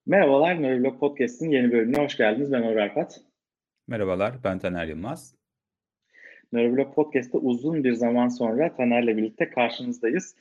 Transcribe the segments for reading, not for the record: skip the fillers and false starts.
Merhabalar, Nöroblog Podcast'in yeni bölümüne hoş geldiniz. Ben Onur Arpat. Merhabalar, ben Taner Yılmaz. Nöroblog Podcast'te uzun bir zaman sonra Taner'le birlikte karşınızdayız.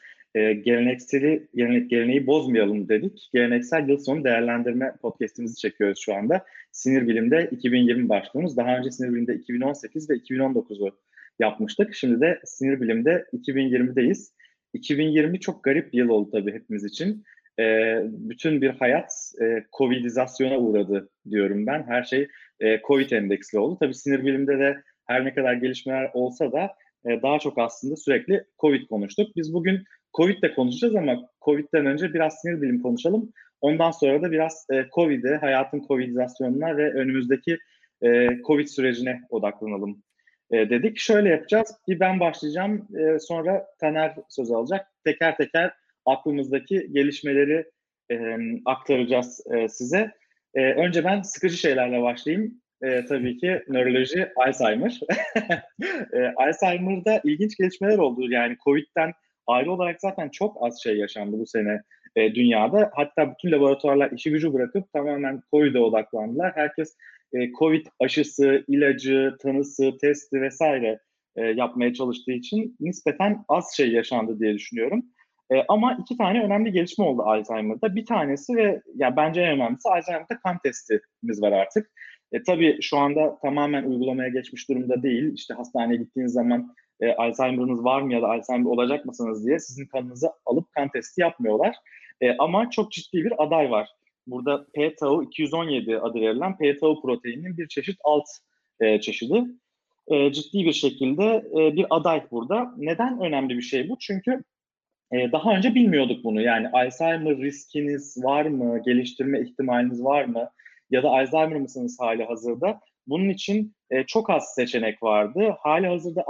Geleneği bozmayalım dedik. Geleneksel yıl sonu değerlendirme podcast'imizi çekiyoruz şu anda. Sinir bilimde 2020 başlığımız. Daha önce sinir bilimde 2018 ve 2019'u yapmıştık. Şimdi de sinir bilimde 2020'deyiz. 2020 çok garip bir yıl oldu tabii hepimiz için. Bütün bir hayat Covidizasyona uğradı diyorum ben. Her şey Covid endeksli oldu. Tabii sinir bilimde de her ne kadar gelişmeler olsa da daha çok aslında sürekli Covid konuştuk. Biz bugün Covid de konuşacağız ama Covid'den önce biraz sinir bilim konuşalım. Ondan sonra da biraz Covid'e, hayatın Covidizasyonuna ve önümüzdeki Covid sürecine odaklanalım dedik. Şöyle yapacağız. Bir ben başlayacağım. Sonra Taner söz alacak. Teker teker aklımızdaki gelişmeleri aktaracağız size. Önce ben sıkıcı şeylerle başlayayım. Tabii ki nöroloji, Alzheimer. Alzheimer'da ilginç gelişmeler oldu. Yani Covid'den ayrı olarak zaten çok az şey yaşandı bu sene dünyada. Hatta bütün laboratuvarlar işi gücü bırakıp tamamen Covid'e odaklandılar. Herkes Covid aşısı, ilacı, tanısı, testi vesaire yapmaya çalıştığı için nispeten az şey yaşandı diye düşünüyorum. Ama iki tane önemli gelişme oldu Alzheimer'da. Bir tanesi ve ya bence en önemlisi Alzheimer'da kan testimiz var artık. Tabii şu anda tamamen uygulamaya geçmiş durumda değil. İşte hastaneye gittiğiniz zaman Alzheimer'ınız var mı ya da Alzheimer olacak mısınız diye sizin kanınızı alıp kan testi yapmıyorlar. Ama çok ciddi bir aday var. Burada p-tau 217 adı verilen p-tau proteininin bir çeşit alt çeşidi. Ciddi bir şekilde bir aday burada. Neden önemli bir şey bu? Çünkü daha önce bilmiyorduk bunu. Yani Alzheimer riskiniz var mı? Geliştirme ihtimaliniz var mı? Ya da Alzheimer mısınız hali hazırda? Bunun için çok az seçenek vardı. Hali hazırda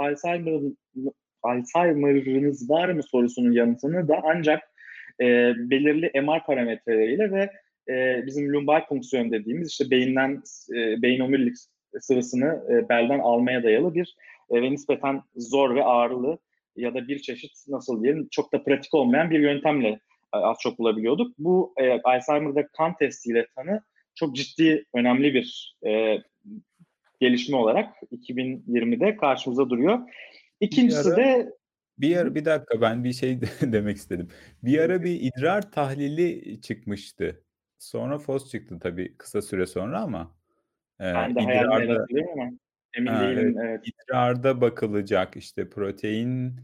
Alzheimer'ınız var mı sorusunun yanıtını da ancak belirli MR parametreleriyle ve bizim lumbar fonksiyon dediğimiz işte beyin omurilik sıvısını belden almaya dayalı bir ve nispeten zor ve ağrılı ya da bir çeşit nasıl diyelim çok da pratik olmayan bir yöntemle az çok bulabiliyorduk. Bu Alzheimer'da kan testiyle tanı çok ciddi, önemli bir gelişme olarak 2020'de karşımıza duruyor. Bir İkincisi ara de bir dakika ben bir şey demek istedim. Bir ara bir idrar tahlili çıkmıştı. Sonra fos çıktı tabii kısa süre sonra ama ben de hayal meyal idrarda hatırlıyorum ama emin evet, değilim. Evet. idrarda bakılacak işte protein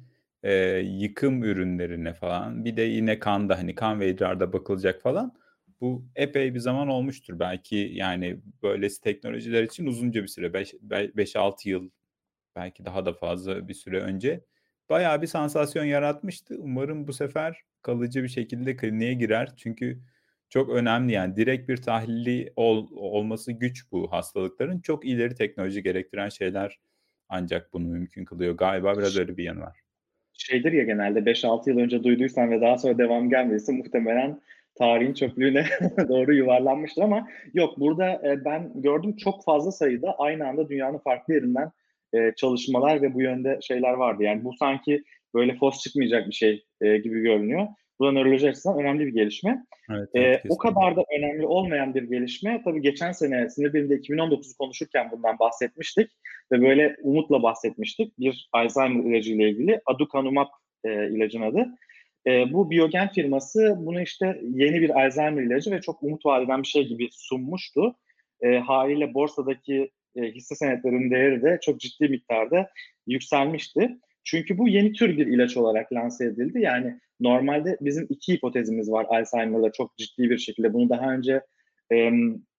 yıkım ürünlerine falan. Bir de yine kanda hani kan ve idrarda bakılacak falan. Bu epey bir zaman olmuştur. Belki yani böylesi teknolojiler için uzunca bir süre 5-6 yıl belki daha da fazla bir süre önce bayağı bir sansasyon yaratmıştı. Umarım bu sefer kalıcı bir şekilde kliniğe girer. Çünkü çok önemli yani direkt bir tahlili olması güç bu hastalıkların. Çok ileri teknoloji gerektiren şeyler ancak bunu mümkün kılıyor. Galiba biraz öyle bir yanı var. Şeydir ya genelde 5-6 yıl önce duyduysan ve daha sonra devam gelmediyse muhtemelen tarihin çöplüğüne doğru yuvarlanmıştır ama yok burada ben gördüm çok fazla sayıda aynı anda dünyanın farklı yerinden çalışmalar ve bu yönde şeyler vardı. Yani bu sanki böyle fos çıkmayacak bir şey gibi görünüyor. Bu da nöroloji açısından önemli bir gelişme. Evet, evet O kesinlikle. kadar da önemli olmayan bir gelişme. Tabii geçen sene sinir bilimde 2019'u konuşurken bundan bahsetmiştik ve böyle umutla bahsetmiştik. Bir Alzheimer ilacı ile ilgili aducanumab ilacın adı. Bu Biogen firması bunu işte yeni bir Alzheimer ilacı ve çok umut vaat eden bir şey gibi sunmuştu. Haliyle borsadaki hisse senetlerinin değeri de çok ciddi miktarda yükselmişti. Çünkü bu yeni tür bir ilaç olarak lanse edildi. Yani normalde bizim iki hipotezimiz var Alzheimer'da çok ciddi bir şekilde. Bunu daha önce e,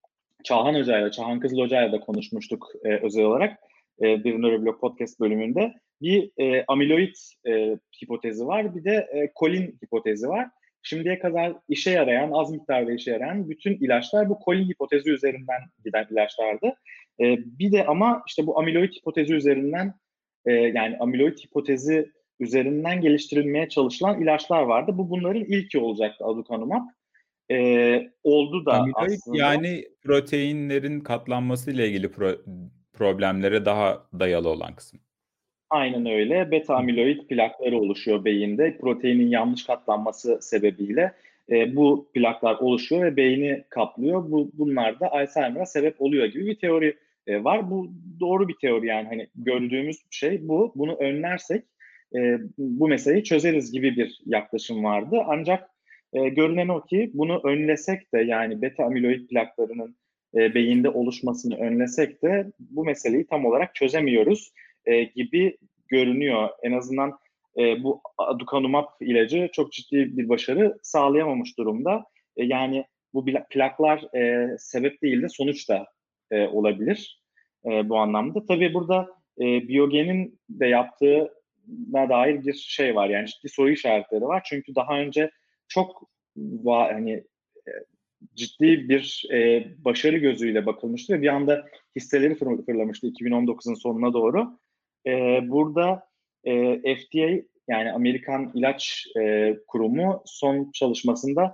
Çağhan Kızıl Hoca'yla da konuşmuştuk özel olarak bir Nöroblog podcast bölümünde. Bir amiloid hipotezi var, bir de kolin hipotezi var. Şimdiye kadar işe yarayan, az miktarda işe yarayan bütün ilaçlar bu kolin hipotezi üzerinden giden ilaçlardı. Bir de ama işte bu amiloid hipotezi üzerinden yani amiloid hipotezi üzerinden geliştirilmeye çalışılan ilaçlar vardı. Bu bunların ilki olacaktı aducanumab. Oldu da Amiloid aslında. yani proteinlerin katlanmasıyla ilgili problemlere daha dayalı olan kısım. Aynen öyle. Beta Hı hı. amiloid plakları oluşuyor beyinde. Proteinin yanlış katlanması sebebiyle. bu plaklar oluşuyor ve beyni kaplıyor. Bunlar da Alzheimer'a sebep oluyor gibi bir teori var. Bu doğru bir teori, yani hani gördüğümüz şey bu. Bunu önlersek bu meseleyi çözeriz gibi bir yaklaşım vardı. Ancak görünen o ki bunu önlesek de, yani beta amiloid plaklarının beyinde oluşmasını önlesek de bu meseleyi tam olarak çözemiyoruz gibi görünüyor. En azından bu aducanumab ilacı çok ciddi bir başarı sağlayamamış durumda. Yani bu plaklar sebep değil de sonuç da olabilir bu anlamda. Tabii burada Biogen'in de yaptığına dair bir şey var. Yani ciddi soru işaretleri var. Çünkü daha önce çok hani ciddi bir başarı gözüyle bakılmıştı ve bir anda hisseleri fırlamıştı 2019'un sonuna doğru. Burada FDA, yani Amerikan İlaç Kurumu son çalışmasında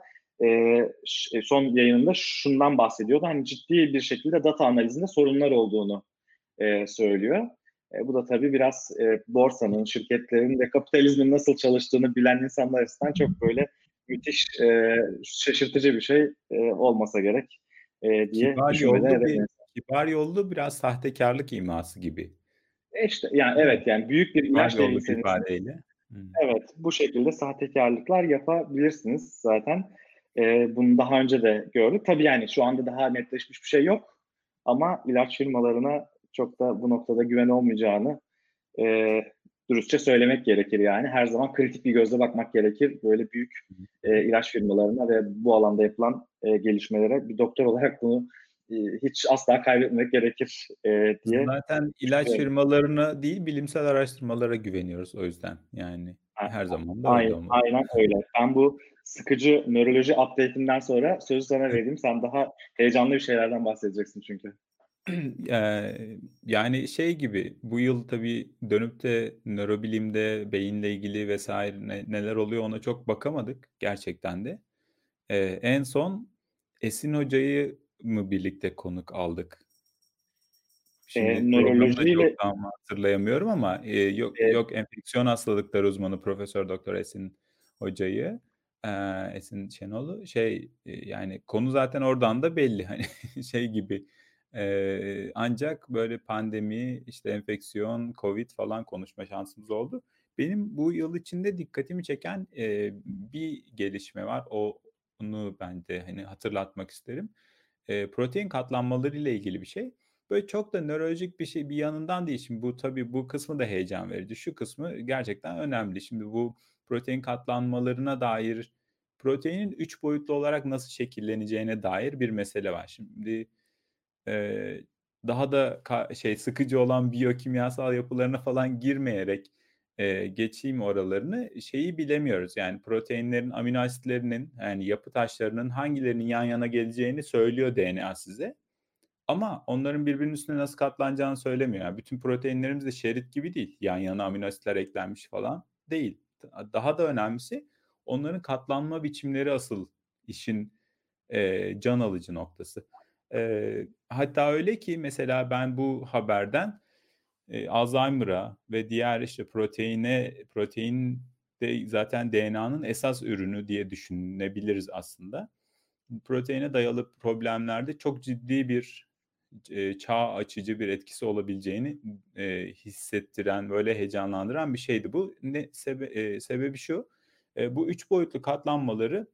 son yayınında şundan bahsediyordu. Hani ciddi bir şekilde data analizinde sorunlar olduğunu söylüyor. Bu da tabii biraz borsanın, şirketlerin ve kapitalizmin nasıl çalıştığını bilen insanlar açısından çok böyle müthiş, şaşırtıcı bir şey olmasa gerek diye Kibar düşünmeden yollu bir edemeyiz. kibar yollu biraz sahtekarlık iması gibi, İşte yani değil mi? evet, yani büyük bir Kibar ilaç yollu bir değilseniz ifadeyle. Hımm. evet, bu şekilde sahtekarlıklar yapabilirsiniz zaten. Bunu daha önce de gördük. Tabii yani şu anda daha netleşmiş bir şey yok ama ilaç firmalarına çok da bu noktada güven olmayacağını dürüstçe söylemek gerekir yani. Her zaman kritik bir gözle bakmak gerekir böyle büyük ilaç firmalarına ve bu alanda yapılan gelişmelere. Bir doktor olarak bunu hiç asla kaybetmemek gerekir diye Zaten ilaç düşünüyorum. firmalarına değil, bilimsel araştırmalara güveniyoruz o yüzden. Yani her zaman da öyle olmalı. Aynen öyle. Ben bu sıkıcı nöroloji update'inden sonra sözü sana vereyim. Sen daha heyecanlı bir şeylerden bahsedeceksin çünkü. Yani şey gibi, bu yıl tabii dönüp de nörobilimde beyinle ilgili vesaire neler oluyor ona çok bakamadık gerçekten de. En son Esin Hoca'yı mı birlikte konuk aldık? Şimdi programı da Nörolojiyle çok tam hatırlayamıyorum ama e, yok enfeksiyon hastalıkları uzmanı Profesör Doktor Esin Hoca'yı, Esin Şenol'u yani konu zaten oradan da belli hani şey gibi, ancak böyle pandemi, işte enfeksiyon, Covid falan konuşma şansımız oldu. Benim bu yıl içinde dikkatimi çeken bir gelişme var. Onu ben de hani hatırlatmak isterim. Protein katlanmaları ile ilgili bir şey. Böyle çok da nörolojik bir şey bir yanından değil. Şimdi bu tabii bu kısmı da heyecan verici. Şu kısmı gerçekten önemli. Şimdi bu protein katlanmalarına dair proteinin 3 boyutlu olarak nasıl şekilleneceğine dair bir mesele var. Şimdi Eee, daha da sıkıcı olan biyokimyasal yapılarına falan girmeyerek, geçeyim oralarını. Şeyi bilemiyoruz, yani proteinlerin, amino asitlerinin, yani yapı taşlarının hangilerinin yan yana geleceğini söylüyor DNA size ama onların birbirinin üstüne nasıl katlanacağını söylemiyor. Yani bütün proteinlerimiz de şerit gibi değil. Yan yana amino asitler eklenmiş falan değil. Daha da önemlisi onların katlanma biçimleri asıl işin can alıcı noktası. Hatta öyle ki mesela ben bu haberden Alzheimer'a ve diğer işte protein de zaten DNA'nın esas ürünü diye düşünebiliriz aslında. Proteine dayalı problemlerde çok ciddi bir çağ açıcı bir etkisi olabileceğini hissettiren, böyle heyecanlandıran bir şeydi bu. Sebebi şu, bu üç boyutlu katlanmaları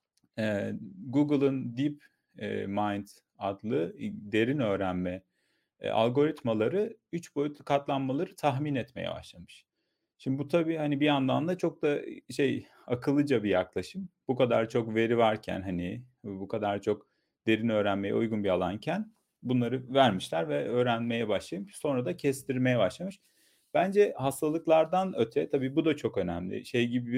Google'ın Deep Mind adlı derin öğrenme algoritmaları 3 boyutlu katlanmaları tahmin etmeye başlamış. Şimdi bu tabii hani bir yandan da çok da akıllıca bir yaklaşım. Bu kadar çok veri varken hani bu kadar çok derin öğrenmeye uygun bir alanken bunları vermişler ve öğrenmeye başlamış. Sonra da kestirmeye başlamış. Bence hastalıklardan öte tabii bu da çok önemli. Şey gibi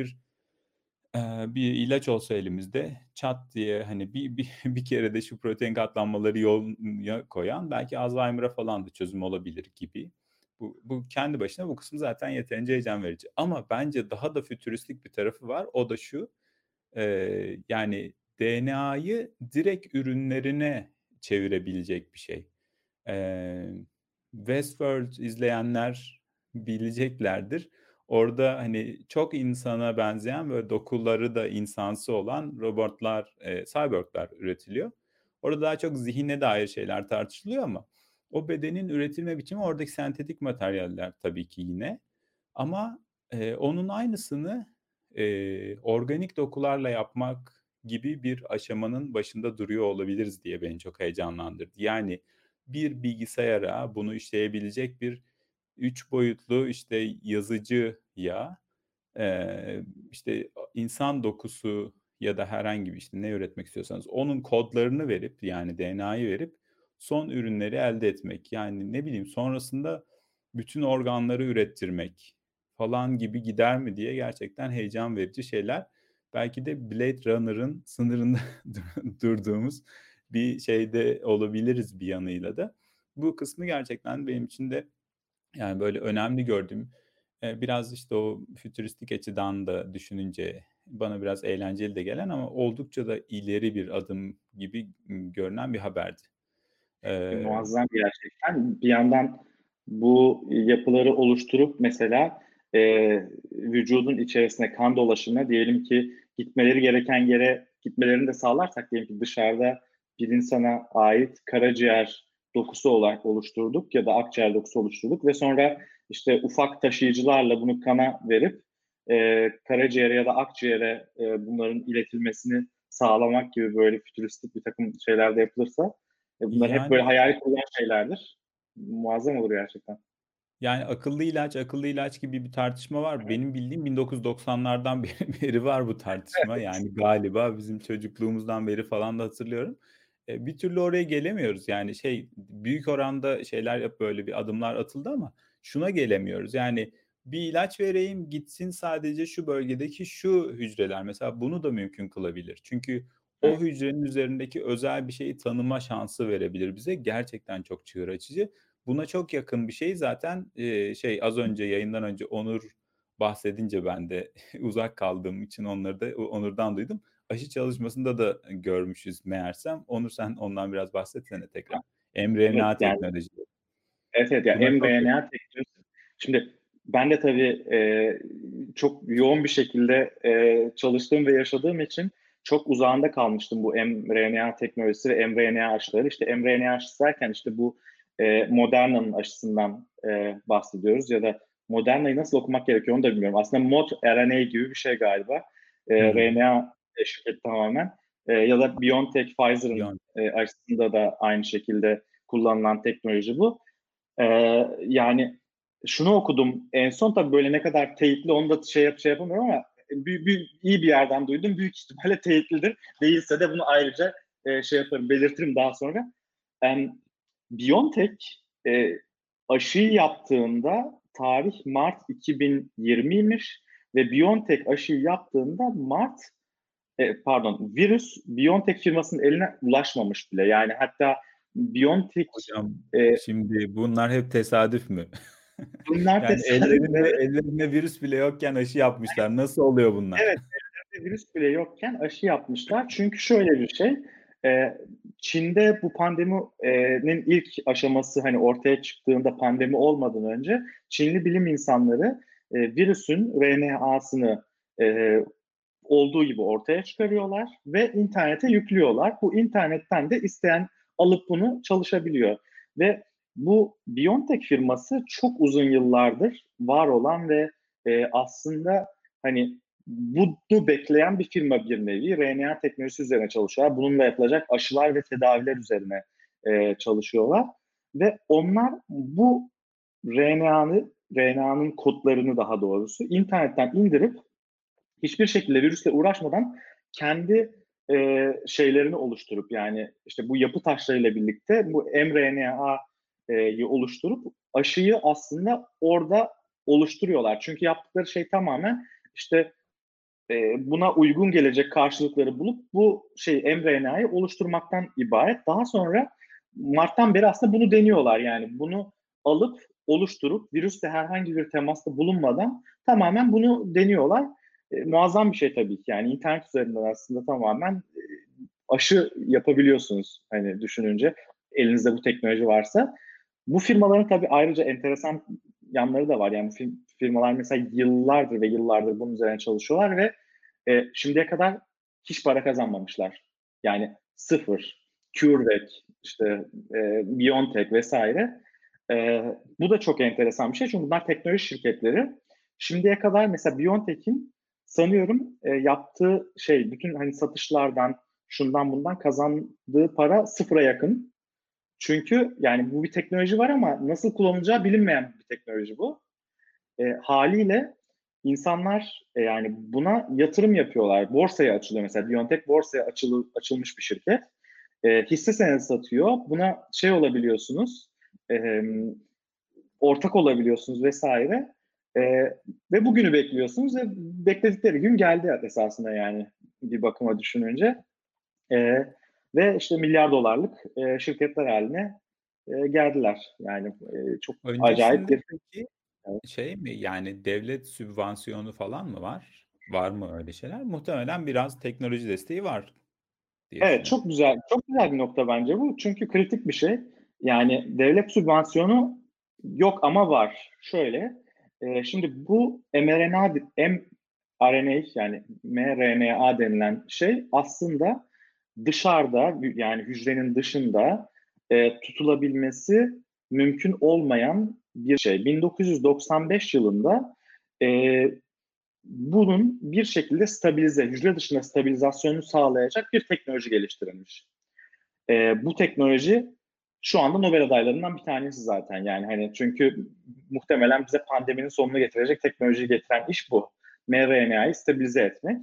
bir ilaç olsa elimizde çat diye hani bir kere de şu protein katlanmaları yoluna koyan belki Alzheimer'a falan da çözüm olabilir gibi. Bu kendi başına bu kısmı zaten yeterince heyecan verici. Ama bence daha da fütüristik bir tarafı var. O da şu, yani DNA'yı direkt ürünlerine çevirebilecek bir şey. Westworld izleyenler bileceklerdir. Orada hani çok insana benzeyen böyle dokuları da insansı olan robotlar, cyborg'lar üretiliyor. Orada daha çok zihine dair şeyler tartışılıyor ama o bedenin üretilme biçimi oradaki sentetik materyaller tabii ki yine. Ama onun aynısını organik dokularla yapmak gibi bir aşamanın başında duruyor olabiliriz diye beni çok heyecanlandırdı. Yani bir bilgisayara bunu işleyebilecek bir 3 boyutlu işte yazıcıya işte insan dokusu ya da herhangi bir işte ne üretmek istiyorsanız onun kodlarını verip yani DNA'yı verip son ürünleri elde etmek. Yani ne bileyim sonrasında bütün organları ürettirmek falan gibi gider mi diye gerçekten heyecan verici şeyler. Belki de Blade Runner'ın sınırında durduğumuz bir şeyde olabiliriz bir yanıyla da. Bu kısmı gerçekten benim için de yani böyle önemli gördüğüm biraz işte o fütüristik açıdan da düşününce bana biraz eğlenceli de gelen ama oldukça da ileri bir adım gibi görünen bir haberdi. Ee, Muazzam gerçekten. Bir yandan bu yapıları oluşturup mesela vücudun içerisine kan dolaşımına diyelim ki gitmeleri gereken yere gitmelerini de sağlarsak diyelim ki dışarıda bir insana ait karaciğer dokusu olarak oluşturduk ya da akciğer dokusu oluşturduk ve sonra işte ufak taşıyıcılarla bunu kana verip karaciğere ya da akciğere bunların iletilmesini sağlamak gibi böyle fütüristik bir takım şeyler de yapılırsa bunlar hep böyle yani hayal kurulan şeylerdir. Muazzam olur gerçekten. Yani akıllı ilaç gibi bir tartışma var. Benim bildiğim 1990'lardan beri var bu tartışma. Yani galiba bizim çocukluğumuzdan beri falan da hatırlıyorum. Bir türlü oraya gelemiyoruz. Yani büyük oranda şeyler yap böyle bir adımlar atıldı ama şuna gelemiyoruz. Yani bir ilaç vereyim gitsin sadece şu bölgedeki şu hücreler mesela bunu da mümkün kılabilir. Çünkü o hücrenin üzerindeki özel bir şeyi tanıma şansı verebilir bize. Gerçekten çok çığır açıcı. Buna çok yakın bir şey zaten az önce yayından önce Onur bahsedince ben de uzak kaldığım için onları da Onur'dan duydum. Aşı çalışmasında da görmüşüz meğersem. Onur sen ondan biraz bahsetsene tekrar. Evet mRNA yani teknolojisi. evet ya Buna çok yakın. mRNA teknolojisi. Şimdi ben de tabii çok yoğun bir şekilde çalıştığım ve yaşadığım için çok uzağında kalmıştım bu mRNA teknolojisi ve mRNA aşıları. İşte mRNA aşısı derken işte bu Moderna'nın aşısından bahsediyoruz ya da Moderna'yı nasıl okumak gerekiyor onu da bilmiyorum. Aslında mod RNA gibi bir şey galiba. Hmm. RNA şirketi tamamen. Ya da BioNTech, Pfizer'ın Yon- aşısında da aynı şekilde kullanılan teknoloji bu. Yani şunu okudum en son tabii böyle ne kadar teyitli onu da şey yapamıyorum ama iyi bir yerden duydum. Büyük ihtimalle teyitlidir. Değilse de bunu ayrıca yaparım, belirtirim daha sonra. Yani BioNTech aşıyı yaptığında tarih Mart 2020'ymiş ve BioNTech aşıyı yaptığında virüs BioNTech firmasının eline ulaşmamış bile. Yani hatta BioNTech Hocam e, şimdi bunlar hep tesadüf mü? bunlar Yani tesadüf. ellerinde virüs bile yokken aşı yapmışlar. Nasıl oluyor bunlar? Evet, virüs bile yokken aşı yapmışlar. Çünkü şöyle bir şey, e, Çin'de bu pandeminin ilk aşaması hani ortaya çıktığında pandemi olmadan önce Çinli bilim insanları virüsün RNA'sını e, olduğu gibi ortaya çıkarıyorlar ve internete yüklüyorlar. Bu internetten de isteyen alıp bunu çalışabiliyor. Ve bu BioNTech firması çok uzun yıllardır var olan ve aslında hani bunu bekleyen bir firma bir nevi. RNA teknolojisi üzerine çalışıyorlar. Bununla yapılacak aşılar ve tedaviler üzerine çalışıyorlar. Ve onlar bu RNA'nın kodlarını daha doğrusu internetten indirip hiçbir şekilde virüsle uğraşmadan kendi şeylerini oluşturup yani işte bu yapı taşlarıyla birlikte bu mRNA'yı oluşturup aşıyı aslında orada oluşturuyorlar. Çünkü yaptıkları şey tamamen işte buna uygun gelecek karşılıkları bulup bu mRNA'yı oluşturmaktan ibaret. Daha sonra Mart'tan beri aslında bunu deniyorlar. Yani bunu alıp oluşturup virüsle herhangi bir temasta bulunmadan tamamen bunu deniyorlar. Muazzam bir şey tabii ki. Yani internet üzerinden aslında tamamen aşı yapabiliyorsunuz hani düşününce elinizde bu teknoloji varsa. Bu firmaların tabii ayrıca enteresan yanları da var. Yani firmalar mesela yıllardır ve yıllardır bunun üzerine çalışıyorlar ve şimdiye kadar hiç para kazanmamışlar. Yani sıfır. CureVac, işte BioNTech vesaire. Bu da çok enteresan bir şey çünkü bunlar teknoloji şirketleri. Şimdiye kadar mesela BioNTech'in sanıyorum yaptığı şey, bütün hani satışlardan, şundan bundan kazandığı para sıfıra yakın. Çünkü yani bu bir teknoloji var ama nasıl kullanılacağı bilinmeyen bir teknoloji bu. Haliyle insanlar yani buna yatırım yapıyorlar. Borsaya açılıyor mesela. BioNTech borsaya açılmış bir şirket. Hisse senedi satıyor. Buna şey olabiliyorsunuz, e, ortak olabiliyorsunuz vesaire. E, ve bugünü bekliyorsunuz ve bekledikleri gün geldi esasında yani bir bakıma düşününce. E, ve işte milyar dolarlık şirketler haline geldiler. Yani çok acayip Öncesinde bir... peki Evet. şey mi, yani devlet sübvansiyonu falan mı var? Var mı öyle şeyler? Muhtemelen biraz teknoloji desteği var diye Evet, düşünüyorum. çok güzel, çok güzel bir nokta bence bu. Çünkü kritik bir şey. Yani devlet sübvansiyonu yok ama var. Şöyle, şimdi bu mRNA yani mRNA denilen şey aslında dışarıda yani hücrenin dışında tutulabilmesi mümkün olmayan bir şey. 1995 yılında e, bunun bir şekilde hücre dışında stabilizasyonu sağlayacak bir teknoloji geliştirilmiş. Bu teknoloji şu anda Nobel adaylarından bir tanesi zaten. Yani hani çünkü muhtemelen bize pandeminin sonunu getirecek teknolojiyi getiren iş bu. mRNA'yı stabilize etmek.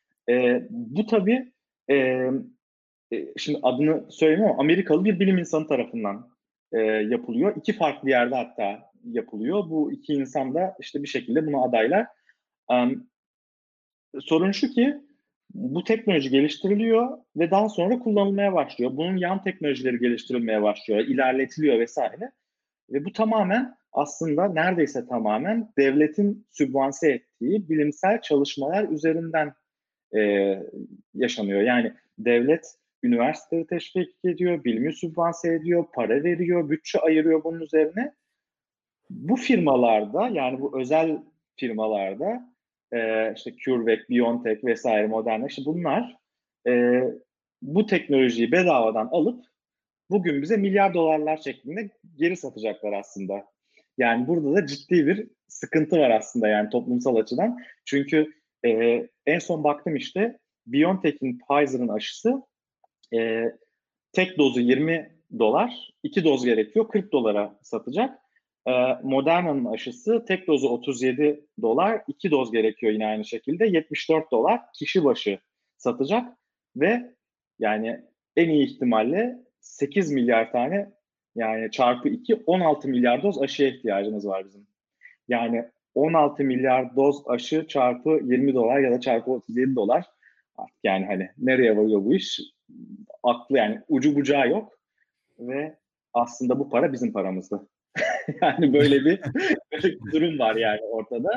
Bu tabii e, şimdi adını söyleyeyim ama Amerikalı bir bilim insanı tarafından yapılıyor. İki farklı yerde hatta yapılıyor. Bu iki insan da işte bir şekilde buna adaylar. Um, Sorun şu ki bu teknoloji geliştiriliyor ve daha sonra kullanılmaya başlıyor. Bunun yan teknolojileri geliştirilmeye başlıyor, ilerletiliyor vesaire. Ve bu tamamen aslında neredeyse tamamen devletin sübvanse ettiği bilimsel çalışmalar üzerinden e, yaşanıyor. Yani devlet üniversiteleri teşvik ediyor, bilimi sübvanse ediyor, para veriyor, bütçe ayırıyor bunun üzerine. Bu firmalarda yani bu özel firmalarda işte CureVac, BioNTech vesaire Moderna işte bunlar e, bu teknolojiyi bedavadan alıp bugün bize milyar dolarlar şeklinde geri satacaklar aslında. Yani burada da ciddi bir sıkıntı var aslında yani toplumsal açıdan. Çünkü en son baktım işte BioNTech'in Pfizer'ın aşısı e, tek dozu 20 dolar, 2 doz gerekiyor 40 dolara satacak. Moderna'nın aşısı tek dozu 37 dolar, 2 doz gerekiyor yine aynı şekilde 74 dolar kişi başı satacak ve yani en iyi ihtimalle 8 milyar tane yani çarpı 2 16 milyar doz aşıya ihtiyacımız var bizim. Yani 16 milyar doz aşı çarpı 20 dolar ya da çarpı 37 dolar. Artık yani hani nereye varıyor bu iş? Aklı yani ucu bucağı yok ve aslında bu para bizim paramızdı. Yani böyle bir durum var yani ortada.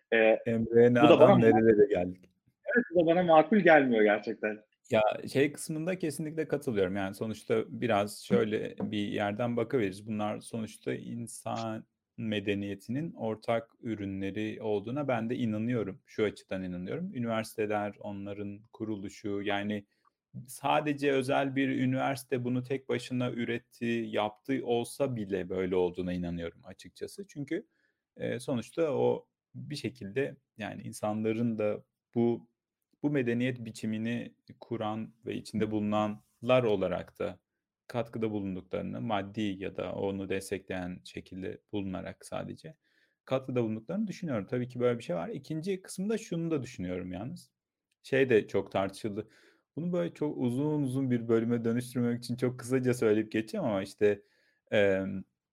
Bu da bana mRNA'dan nerelere geldik? bu da bana makul gelmiyor gerçekten. Ya şey kısmında kesinlikle katılıyorum. Yani sonuçta biraz şöyle bir yerden bakabiliriz. Bunlar sonuçta insan medeniyetinin ortak ürünleri olduğuna ben de inanıyorum. Şu açıdan inanıyorum. Üniversiteler, onların kuruluşu, yani sadece özel bir üniversite bunu tek başına üretti, yaptı olsa bile böyle olduğuna inanıyorum açıkçası. Çünkü sonuçta o bir şekilde, yani insanların da bu medeniyet biçimini kuran ve içinde bulunanlar olarak da katkıda bulunduklarını, maddi ya da onu destekleyen şekilde bulunarak sadece katkıda bulunduklarını düşünüyorum. Tabii ki böyle bir şey var. İkinci kısımda şunu da düşünüyorum yalnız. Şey de çok tartışıldı. Bunu böyle çok uzun uzun bir bölüme dönüştürmek için çok kısaca söyleyip geçeceğim ama işte e,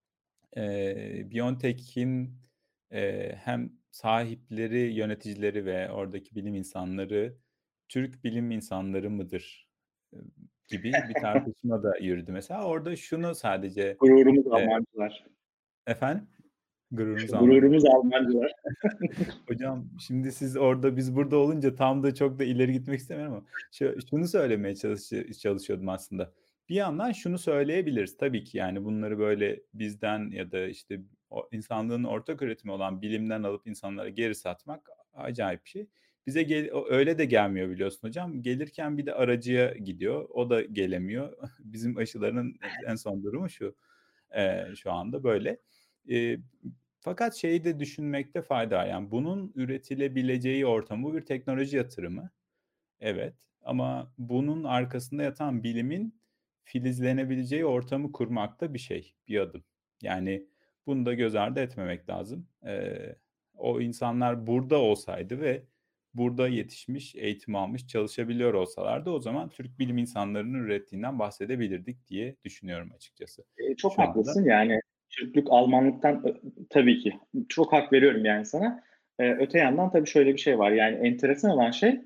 BioNTech'in hem sahipleri, yöneticileri ve oradaki bilim insanları Türk bilim insanları mıdır e, gibi bir tartışma da yürüdü. Mesela orada şunu sadece Gururumuz e, Almancılar. efendim, gururumuz Almancı. Gururumuz Almancılar. Hocam şimdi siz orada biz burada olunca tam da çok da ileri gitmek istemiyorum ama şunu söylemeye çalışıyordum aslında. Bir yandan şunu söyleyebiliriz tabii ki, yani bunları böyle bizden ya da işte o insanlığın ortak üretimi olan bilimden alıp insanlara geri satmak acayip bir şey. Bize öyle de gelmiyor biliyorsun hocam. Gelirken bir de aracıya gidiyor. O da gelemiyor. Bizim aşıların en son durumu şu. Şu anda böyle. Eee, Fakat şeyi de düşünmekte fayda var. Yani bunun üretilebileceği ortam, bu bir teknoloji yatırımı. Evet ama bunun arkasında yatan bilimin filizlenebileceği ortamı kurmak da bir şey, bir adım. Yani bunu da göz ardı etmemek lazım. O insanlar burada olsaydı ve burada yetişmiş, eğitim almış, çalışabiliyor olsalardı o zaman Türk bilim insanlarının ürettiğinden bahsedebilirdik diye düşünüyorum açıkçası. Çok Şu anda haklısın yani Türklük Almanlıktan tabii ki çok hak veriyorum yani sana. Öte yandan tabii şöyle bir şey var yani enteresan olan şey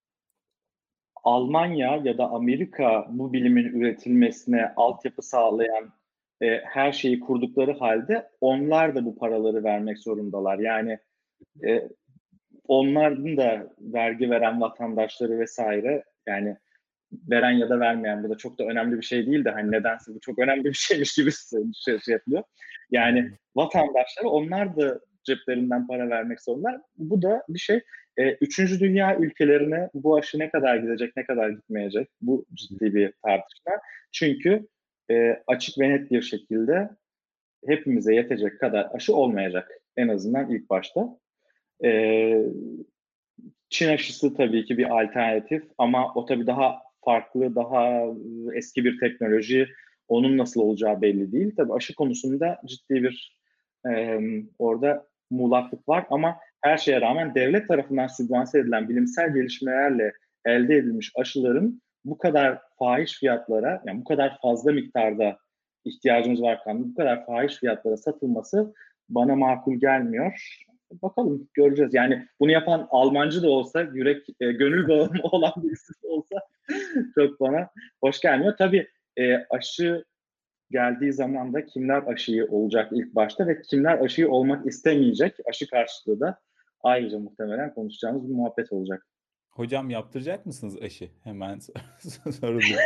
Almanya ya da Amerika bu bilimin üretilmesine altyapı sağlayan her şeyi kurdukları halde onlar da bu paraları vermek zorundalar. Yani e, onların da vergi veren vatandaşları vesaire yani veren ya da vermeyen bu da çok da önemli bir şey değil de hani nedense bu çok önemli bir şeymiş gibi şey yapıyor. Yani vatandaşları onlar da ceplerinden para vermek zorundalar. Bu da bir şey. Üçüncü dünya ülkelerine bu aşı ne kadar gidecek, ne kadar gitmeyecek? Bu ciddi bir tartışma. Çünkü açık ve net bir şekilde hepimize yetecek kadar aşı olmayacak. En azından ilk başta. E, Çin aşısı tabii ki bir alternatif ama o tabii daha farklı, daha eski bir teknoloji. Onun nasıl olacağı belli değil. Tabii aşı konusunda ciddi bir orada muğlaklık var ama her şeye rağmen devlet tarafından sübvanse edilen bilimsel gelişmelerle elde edilmiş aşıların bu kadar fahiş fiyatlara, yani bu kadar fazla miktarda ihtiyacımız varken bu kadar fahiş fiyatlara satılması bana makul gelmiyor. Bakalım göreceğiz. Yani bunu yapan Almancı da olsa, gönül bağı olan birisi de olsa çok bana hoş gelmiyor. Tabii aşı geldiği zaman da kimler aşıyı olacak ilk başta ve kimler aşıyı olmak istemeyecek aşı karşılığı da ayrıca muhtemelen konuşacağımız bir muhabbet olacak. hocam yaptıracak mısınız aşı? Hemen sorulur.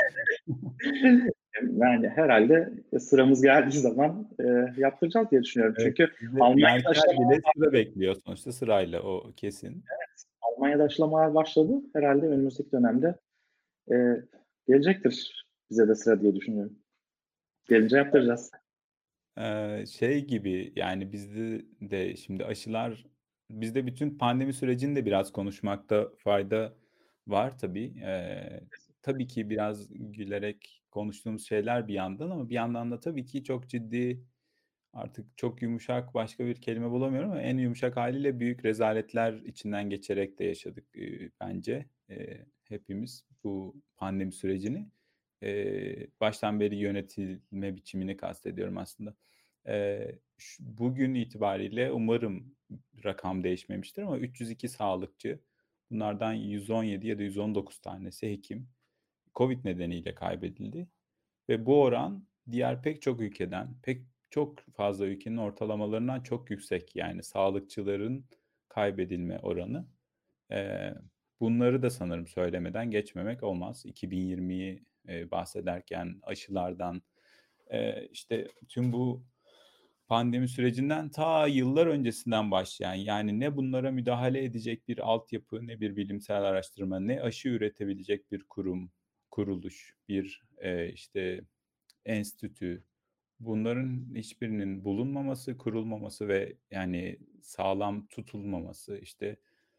Yani herhalde sıramız geldiği zaman yaptıracağız diye düşünüyorum. Evet, Çünkü sizi Almanya'da Merkel aşılamalar bile sıra bekliyor sonuçta sırayla o kesin. Almanya'da aşılamalar başladı. Herhalde önümüzdeki dönemde e, gelecektir bize de sıra diye düşünüyorum. Gelince yaptıracağız. Şey gibi yani bizde de şimdi bizde bütün pandemi sürecini de biraz konuşmakta fayda var tabii. Tabii ki biraz gülerek konuştuğumuz şeyler bir yandan ama bir yandan da tabii ki çok ciddi. Artık çok yumuşak başka bir kelime bulamıyorum ama en yumuşak haliyle büyük rezaletler içinden geçerek de yaşadık bence hepimiz bu pandemi sürecini. Baştan beri yönetilme biçimini kastediyorum aslında. Bugün itibariyle umarım rakam değişmemiştir ama 302 sağlıkçı, bunlardan 117 ya da 119 tanesi hekim, Covid nedeniyle kaybedildi. Ve bu oran diğer pek çok ülkeden, pek çok fazla ülkenin ortalamalarından çok yüksek. Yani sağlıkçıların kaybedilme oranı. Ee, Bunları da sanırım söylemeden geçmemek olmaz. 2020'yi bahsederken aşılardan, işte tüm bu pandemi sürecinden ta yıllar öncesinden başlayan, yani ne bunlara müdahale edecek bir altyapı, ne bir bilimsel araştırma, ne aşı üretebilecek bir kurum, kuruluş, bir işte enstitü, bunların hiçbirinin bulunmaması, kurulmaması ve yani sağlam tutulmaması, işte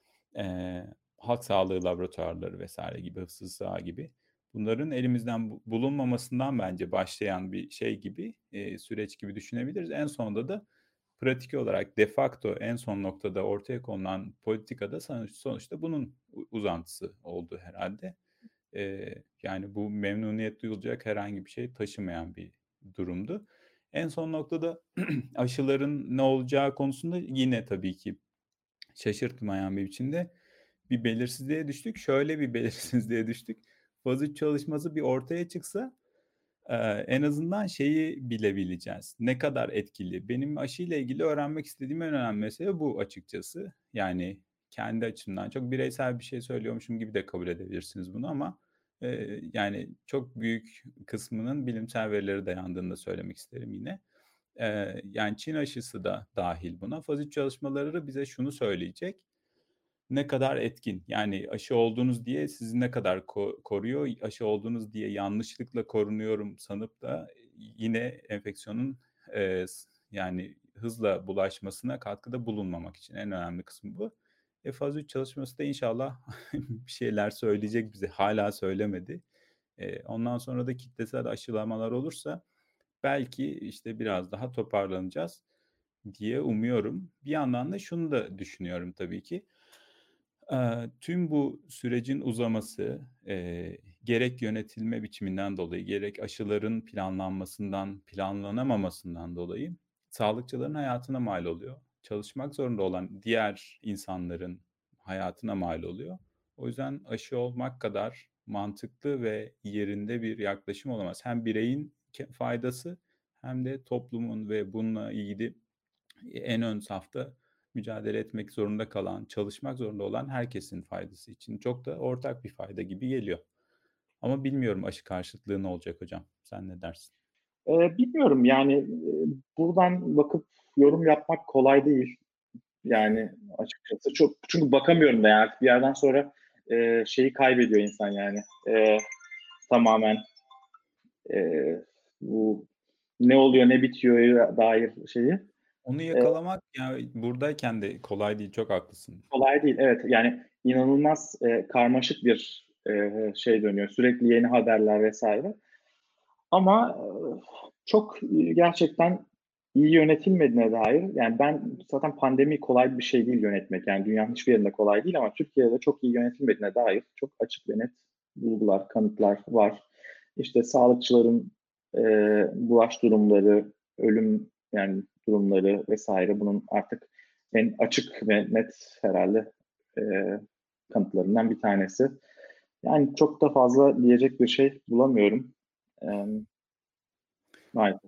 halk sağlığı laboratuvarları vesaire gibi, hıfzı saha gibi, bunların elimizden bulunmamasından bence başlayan bir şey gibi, süreç gibi düşünebiliriz. En sonunda da pratik olarak de facto en son noktada ortaya konulan politikada sonuçta bunun uzantısı oldu herhalde. Yani bu memnuniyet duyulacak herhangi bir şey taşımayan bir durumdu. En son noktada aşıların ne olacağı konusunda yine tabii ki şaşırtmayan bir biçimde bir belirsizliğe düştük. Şöyle bir belirsizliğe düştük. Faz 3 çalışması bir ortaya çıksa en azından şeyi bilebileceğiz. Ne kadar etkili? Benim aşıyla ilgili öğrenmek istediğim en önemli mesele bu açıkçası. Yani kendi açımdan çok bireysel bir şey söylüyormuşum gibi de kabul edebilirsiniz bunu ama yani çok büyük kısmının bilimsel verilere dayandığını da söylemek isterim yine. Yani Çin aşısı da dahil buna. Faz 3 çalışmaları bize şunu söyleyecek. Ne kadar etkin? Yani aşı oldunuz diye sizi ne kadar koruyor? Aşı oldunuz diye yanlışlıkla korunuyorum sanıp da yine enfeksiyonun yani hızla bulaşmasına katkıda bulunmamak için en önemli kısmı bu. Faz 3 çalışması da inşallah bir şeyler söyleyecek bize. Hala söylemedi. Ondan sonra da kitlesel aşılamalar olursa belki işte biraz daha toparlanacağız diye umuyorum. Bir yandan da şunu da düşünüyorum tabii ki. Tüm bu sürecin uzaması, gerek yönetilme biçiminden dolayı, gerek aşıların planlanmasından, planlanamamasından dolayı sağlıkçıların hayatına mal oluyor. Çalışmak zorunda olan diğer insanların hayatına mal oluyor. O yüzden aşı olmak kadar mantıklı ve yerinde bir yaklaşım olamaz. Hem bireyin faydası hem de toplumun ve bununla ilgili en ön safta mücadele etmek zorunda kalan, çalışmak zorunda olan herkesin faydası için çok da ortak bir fayda gibi geliyor. Ama bilmiyorum aşı karşıtlığı ne olacak hocam. Sen ne dersin? Bilmiyorum yani buradan bakıp yorum yapmak kolay değil. Yani açıkçası çok çünkü bakamıyorum da yani bir yerden sonra şeyi kaybediyor insan yani tamamen e, bu ne oluyor ne bitiyor dair şeyi. Onu E, yakalamak yani buradayken de kolay değil. Çok haklısın. Kolay değil evet yani inanılmaz karmaşık bir şey dönüyor sürekli yeni haberler vesaire. Ama çok gerçekten iyi yönetilmediğine dair yani ben zaten pandemi kolay bir şey değil yönetmek. Yani dünyanın hiçbir yerinde kolay değil ama Türkiye'de çok iyi yönetilmediğine dair çok açık ve net bulgular, kanıtlar var. İşte sağlıkçıların bulaş durumları, ölüm yani durumları vesaire bunun artık en açık ve net herhalde e, kanıtlarından bir tanesi. Yani çok da fazla diyecek bir şey bulamıyorum. E, Maalesef.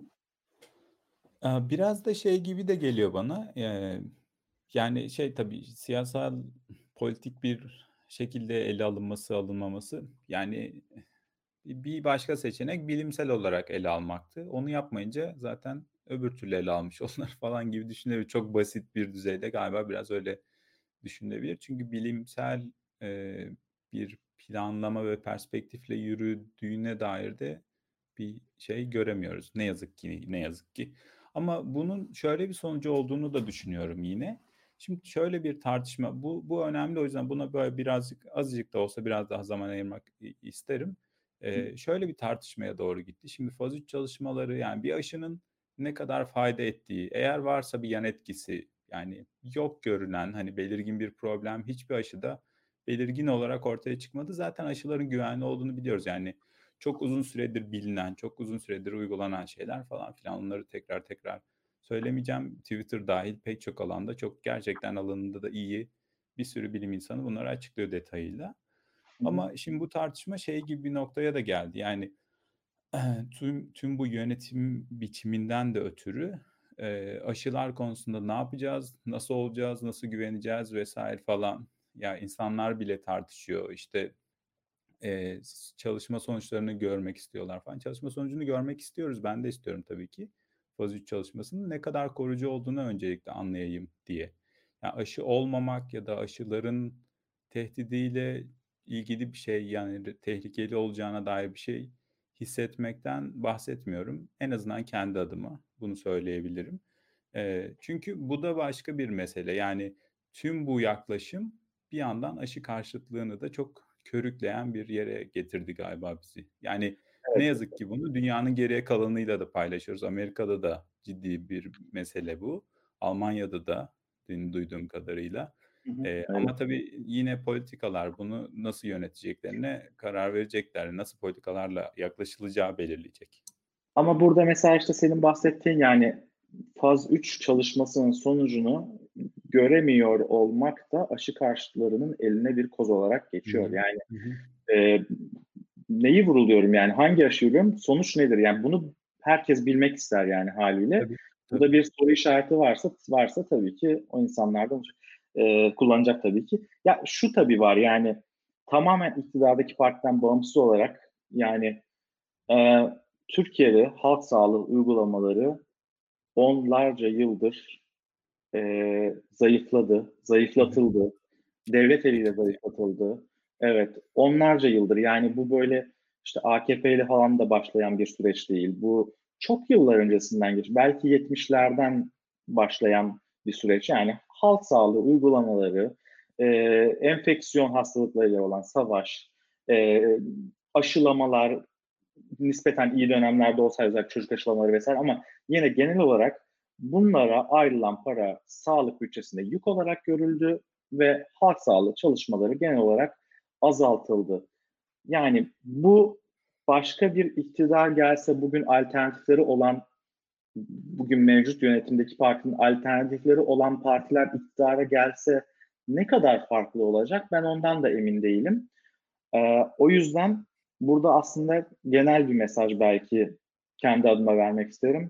Biraz da şey gibi de geliyor bana. Yani şey tabii siyasal politik bir şekilde ele alınması alınmaması yani bir başka seçenek bilimsel olarak ele almaktı. Onu yapmayınca zaten öbür türlü ele almış onlar falan gibi düşünebilir. Çok basit bir düzeyde galiba biraz öyle düşünülebilir. Çünkü bilimsel e, bir planlama ve perspektifle yürüdüğüne dair de bir şey göremiyoruz. Ne yazık ki, ne yazık ki. Ama bunun şöyle bir sonucu olduğunu da düşünüyorum yine. Şimdi şöyle bir tartışma, bu önemli o yüzden buna böyle birazcık azıcık da olsa biraz daha zaman ayırmak isterim. Şöyle bir tartışmaya doğru gitti. Şimdi faz 3 çalışmaları yani bir aşının ne kadar fayda ettiği, eğer varsa bir yan etkisi yani yok görünen hani belirgin bir problem hiçbir aşıda belirgin olarak ortaya çıkmadı. Zaten aşıların güvenli olduğunu biliyoruz. Yani çok uzun süredir bilinen, çok uzun süredir uygulanan şeyler falan filan onları tekrar tekrar söylemeyeceğim. Twitter dahil pek çok alanda çok gerçekten alanında da iyi bir sürü bilim insanı bunları açıklıyor detayıyla. Hı hı. Ama şimdi bu tartışma şey gibi bir noktaya da geldi. Yani tüm bu yönetim biçiminden de ötürü aşılar konusunda ne yapacağız, nasıl olacağız, nasıl güveneceğiz vesaire falan. Ya insanlar bile tartışıyor. İşte e, çalışma sonuçlarını görmek istiyorlar falan. Çalışma sonucunu görmek istiyoruz. Ben de istiyorum tabii ki. Faz 3 çalışmasının ne kadar koruyucu olduğunu öncelikle anlayayım diye. Yani aşı olmamak ya da aşıların tehdidiyle ilgili bir şey yani tehlikeli olacağına dair bir şey hissetmekten bahsetmiyorum. En azından kendi adıma bunu söyleyebilirim. Çünkü bu da başka bir mesele. Yani tüm bu yaklaşım bir yandan aşı karşıtlığını da çok körükleyen bir yere getirdi galiba bizi. Yani ne Evet. yazık ki bunu dünyanın geriye kalanıyla da paylaşıyoruz. Amerika'da da ciddi bir mesele bu. Almanya'da da duyduğum kadarıyla. Hı hı. Öyle. Ama tabii yine politikalar bunu nasıl yöneteceklerine karar verecekler. Nasıl politikalarla yaklaşılacağı belirleyecek. Ama burada mesela işte senin bahsettiğin yani faz 3 çalışmasının sonucunu göremiyor olmak da aşı karşıtlarının eline bir koz olarak Hı geçiyor. hı. Yani Hı hı. e, neyi vuruluyorum yani hangi aşıyı vuruyorum sonuç nedir? Yani bunu herkes bilmek ister yani haliyle. Tabii, Burada tabii. bir soru işareti varsa tabii ki o insanlar da kullanacak tabii ki. Ya şu tabii var yani tamamen iktidardaki partiden bağımsız olarak yani Türkiye'de halk sağlığı uygulamaları onlarca yıldır zayıfladı, Hı hı. zayıflatıldı, devlet E, eliyle tabii. zayıflatıldı. Evet, onlarca yıldır. Yani bu böyle işte AKP'yle falan da başlayan bir süreç değil. Bu çok yıllar öncesinden belki 70'lerden başlayan bir süreç. Yani halk sağlığı uygulamaları, enfeksiyon hastalıklarıyla olan savaş, eee, aşılamalar, nispeten iyi dönemlerde olsaydı çocuk aşılamaları vesaire ama yine genel olarak bunlara ayrılan para sağlık bütçesinde yük olarak görüldü ve halk sağlığı çalışmaları genel olarak azaltıldı. Yani bu başka bir iktidar gelse bugün alternatifleri olan, bugün mevcut yönetimdeki partinin alternatifleri olan partiler iktidara gelse ne kadar farklı olacak? Ben ondan da emin değilim. O yüzden burada aslında genel bir mesaj belki kendi adıma vermek isterim.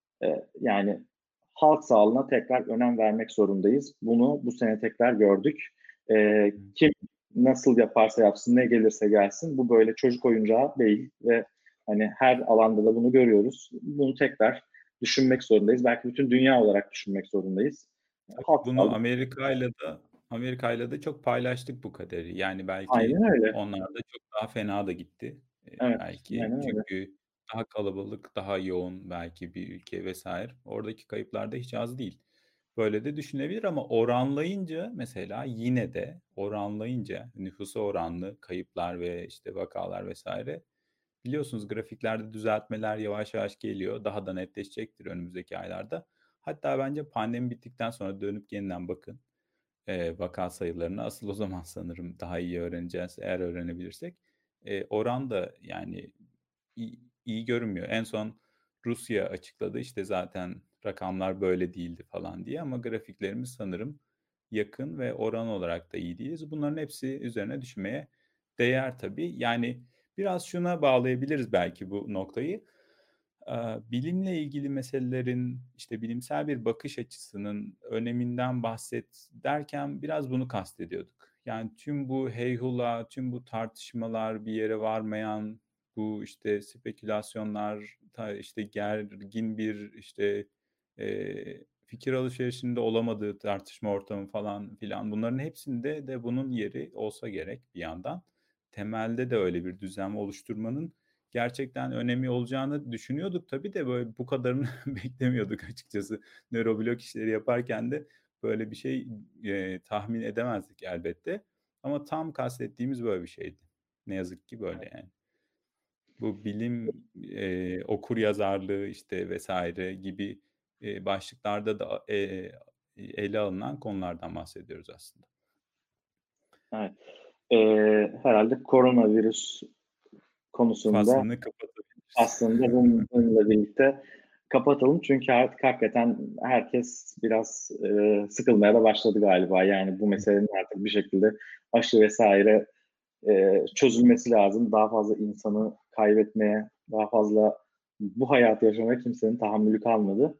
Yani halk sağlığına tekrar önem vermek zorundayız. Bunu bu sene tekrar gördük. Kim nasıl yaparsa yapsın, ne gelirse gelsin bu böyle çocuk oyuncağı değil ve hani her alanda da bunu görüyoruz. Bunu tekrar düşünmek zorundayız. Belki bütün dünya olarak düşünmek zorundayız. Tabii Halk bunu sağlığı Amerika'yla da çok paylaştık bu kaderi. Yani belki aynen öyle. onlar da çok daha fena da gitti. Evet, Belki aynen öyle. çünkü daha kalabalık, daha yoğun belki bir ülke vesaire. Oradaki kayıplar da hiç az değil. Böyle de düşünebilir ama oranlayınca mesela yine de oranlayınca nüfusa oranlı kayıplar ve işte vakalar vesaire biliyorsunuz grafiklerde düzeltmeler yavaş yavaş geliyor. Daha da netleşecektir önümüzdeki aylarda. Hatta bence pandemi bittikten sonra dönüp yeniden bakın vaka sayılarına. Asıl o zaman sanırım daha iyi öğreneceğiz eğer öğrenebilirsek. Oran da yani iyi görünmüyor. En son Rusya açıkladı işte zaten rakamlar böyle değildi falan diye ama grafiklerimiz sanırım yakın ve oran olarak da iyi değiliz. Bunların hepsi üzerine düşünmeye değer tabii. Yani biraz şuna bağlayabiliriz belki bu noktayı. Bilimle ilgili meselelerin, işte, bilimsel bir bakış açısının öneminden bahset derken biraz bunu kastediyorduk. Yani tüm bu heyhula, tüm bu tartışmalar, bir yere varmayan bu, işte, spekülasyonlar, işte, gergin bir, işte, fikir alışverişinde olamadığı tartışma ortamı falan filan bunların hepsinde de bunun yeri olsa gerek bir yandan. Temelde de öyle bir düzen oluşturmanın gerçekten önemi olacağını düşünüyorduk tabii de böyle bu kadarını beklemiyorduk açıkçası. Nöroblok işleri yaparken de böyle bir şey, tahmin edemezdik elbette ama tam kastettiğimiz böyle bir şeydi. Ne yazık ki böyle yani. Bu bilim, okuryazarlığı, işte, vesaire gibi, başlıklarda da, ele alınan konulardan bahsediyoruz aslında. Evet. Herhâlde koronavirüs konusunda Faslını kapatabiliriz. aslında bununla birlikte kapatalım. Çünkü artık hakikaten herkes biraz, sıkılmaya da başladı galiba. Yani bu meselenin artık bir şekilde aşı vs. Çözülmesi lazım. Daha fazla insanı kaybetmeye, daha fazla bu hayatı yaşamaya kimsenin tahammülü kalmadı.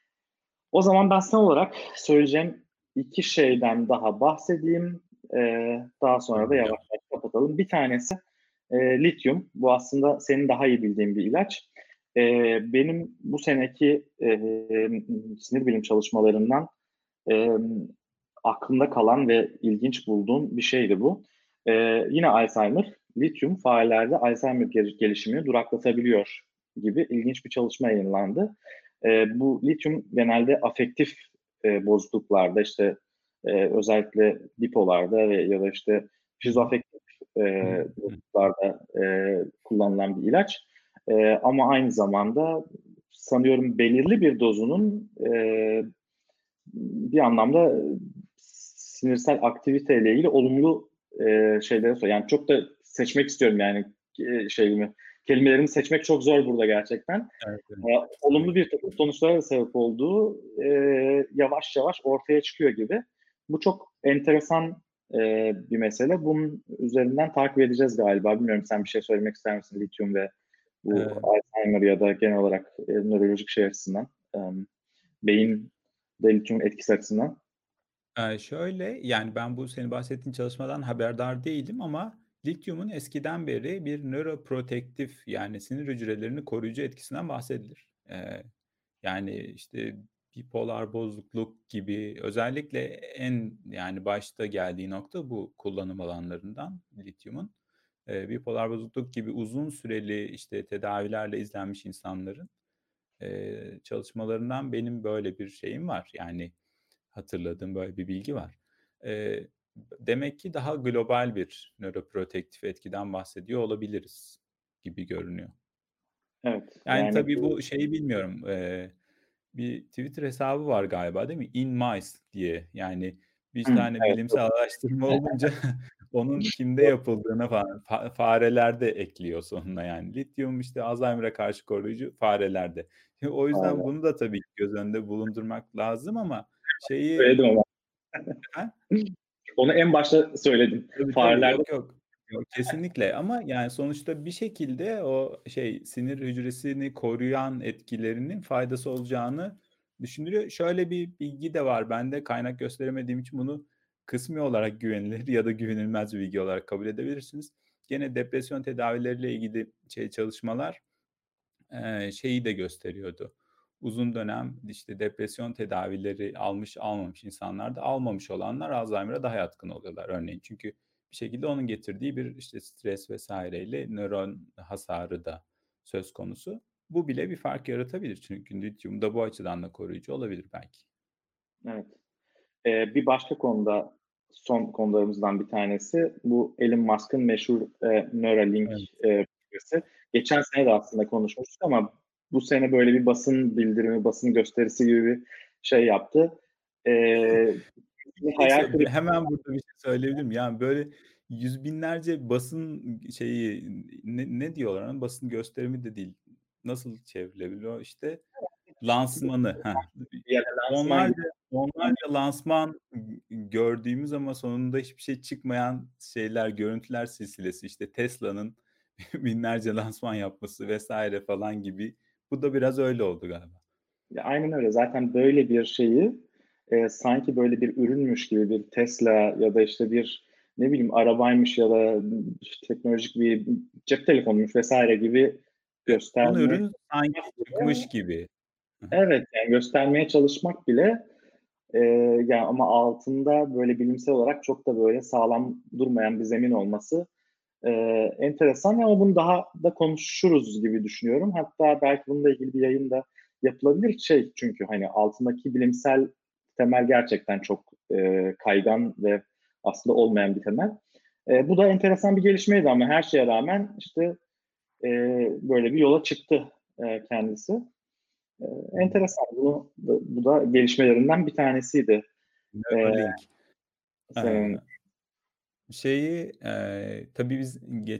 O zaman ben son olarak söyleyeceğim 2 şeyden daha bahsedeyim. Daha sonra da yavaş Dinliyorum. yavaş kapatalım. Bir tanesi, lityum. Bu aslında senin daha iyi bildiğin bir ilaç. Benim bu seneki, sinir bilim çalışmalarından, emm, aklımda kalan ve ilginç bulduğum bir şeydi bu. Yine Alzheimer, lityum faallerde Alzheimer gelişimini duraklatabiliyor gibi ilginç bir çalışma yayınlandı. Bu lityum genelde afektif, bozukluklarda, işte, özellikle bipolarda ya da, işte, Hı hı. şizoafektif, Hı hı. Hı. bozukluklarda, kullanılan bir ilaç. Ama aynı zamanda sanıyorum belirli bir dozunun, bir anlamda sinirsel aktiviteyle ilgili olumlu, şeyleri yani çok da seçmek istiyorum yani, şeyimi, kelimelerimi seçmek çok zor burada gerçekten. Evet, evet. Olumlu Tabii. bir takım sonuçlara da sebep olduğu, yavaş yavaş ortaya çıkıyor gibi. Bu çok enteresan, bir mesele. Bunun üzerinden takip edeceğiz galiba. Bilmiyorum sen bir şey söylemek ister misin lityum ve bu Eee Alzheimer ya da genel olarak, nörolojik şey açısından, beyinde lityum etkisi açısından? Şöyle, yani, ben bu senin bahsettiğin çalışmadan haberdar değilim ama lityumun eskiden beri bir nöroprotektif, yani, sinir hücrelerini koruyucu etkisinden bahsedilir. Yani işte bipolar bozukluk gibi özellikle en yani başta geldiği nokta bu kullanım alanlarından lityumun. Bipolar bozukluk gibi uzun süreli işte tedavilerle izlenmiş insanların çalışmalarından benim böyle bir şeyim var. Yani hatırladığım böyle bir bilgi var. Ee, Demek ki daha global bir nöroprotektif etkiden bahsediyor olabiliriz gibi görünüyor. Evet, Yani yani tabii bu bu şeyi bilmiyorum. Bir Twitter hesabı var galiba değil mi? In Mice diye. Yani bir tane evet, bilimsel araştırma olunca onun kimde yapıldığına falan farelerde ekliyor sonuna yani. Lityum işte Alzheimer'a karşı koruyucu farelerde. O yüzden aynen. bunu da tabii göz önünde bulundurmak lazım ama şeyi Söyledim ama. ha? Onu en başta söyledim. Tabii Farelerde yok yok. Yok kesinlikle ama yani sonuçta bir şekilde o şey sinir hücresini koruyan etkilerinin faydası olacağını düşünülüyor. Şöyle bir bilgi de var. Ben de kaynak gösteremediğim için bunu kısmi olarak güvenilir ya da güvenilmez bir bilgi olarak kabul edebilirsiniz. Gene depresyon tedavileriyle ilgili çalışmalar şeyi de gösteriyordu. Uzun dönem işte depresyon tedavileri almış almamış insanlarda almamış olanlar Alzheimer'a daha yatkın oluyorlar örneğin. Çünkü bir şekilde onun getirdiği bir işte stres vesaireyle nöron hasarı da söz konusu. Bu bile bir fark yaratabilir. Çünkü lityum da bu açıdan da koruyucu olabilir belki. evet. Bir başka konuda son konularımızdan bir tanesi bu Elon Musk'ın meşhur Neuralink Evet. projesi. Geçen sene de aslında konuşmuştuk ama bu sene böyle bir basın bildirimi, basın gösterisi gibi bir şey yaptı. Bir hayal kırıklığı. Hemen burada bir şey söyleyebilirim. Yani böyle yüz binlerce basın şeyi ne diyorlar ona? Basın gösterimi de değil. Nasıl çevrilebiliyor? İşte lansmanı. Yani lansman gibi. Onlarca lansman gördüğümüz ama sonunda hiçbir şey çıkmayan şeyler, görüntüler silsilesi. İşte Tesla'nın binlerce lansman yapması vesaire falan gibi. Bu da biraz öyle oldu galiba. Ya aynen öyle. Zaten böyle bir şeyi sanki böyle bir ürünmüş gibi bir Tesla ya da işte bir ne bileyim arabaymış ya da işte teknolojik bir cep telefonuymuş vesaire gibi Son göstermeye ürün sanki çıkmış bile, gibi. evet yani göstermeye çalışmak bile yani ama altında böyle bilimsel olarak çok da böyle sağlam durmayan bir zemin olması e, enteresan ama bunu daha da konuşuruz gibi düşünüyorum. Hatta belki bununla ilgili bir yayın da yapılabilir. Şey çünkü hani altındaki bilimsel temel gerçekten çok kaygan ve aslında olmayan bir temel. Bu da enteresan bir gelişmeydi ama her şeye rağmen işte e, böyle bir yola çıktı kendisi. E, Enteresan. Bu da gelişmelerinden bir tanesiydi. E, Neuralink. Senin Şeyi tabii biz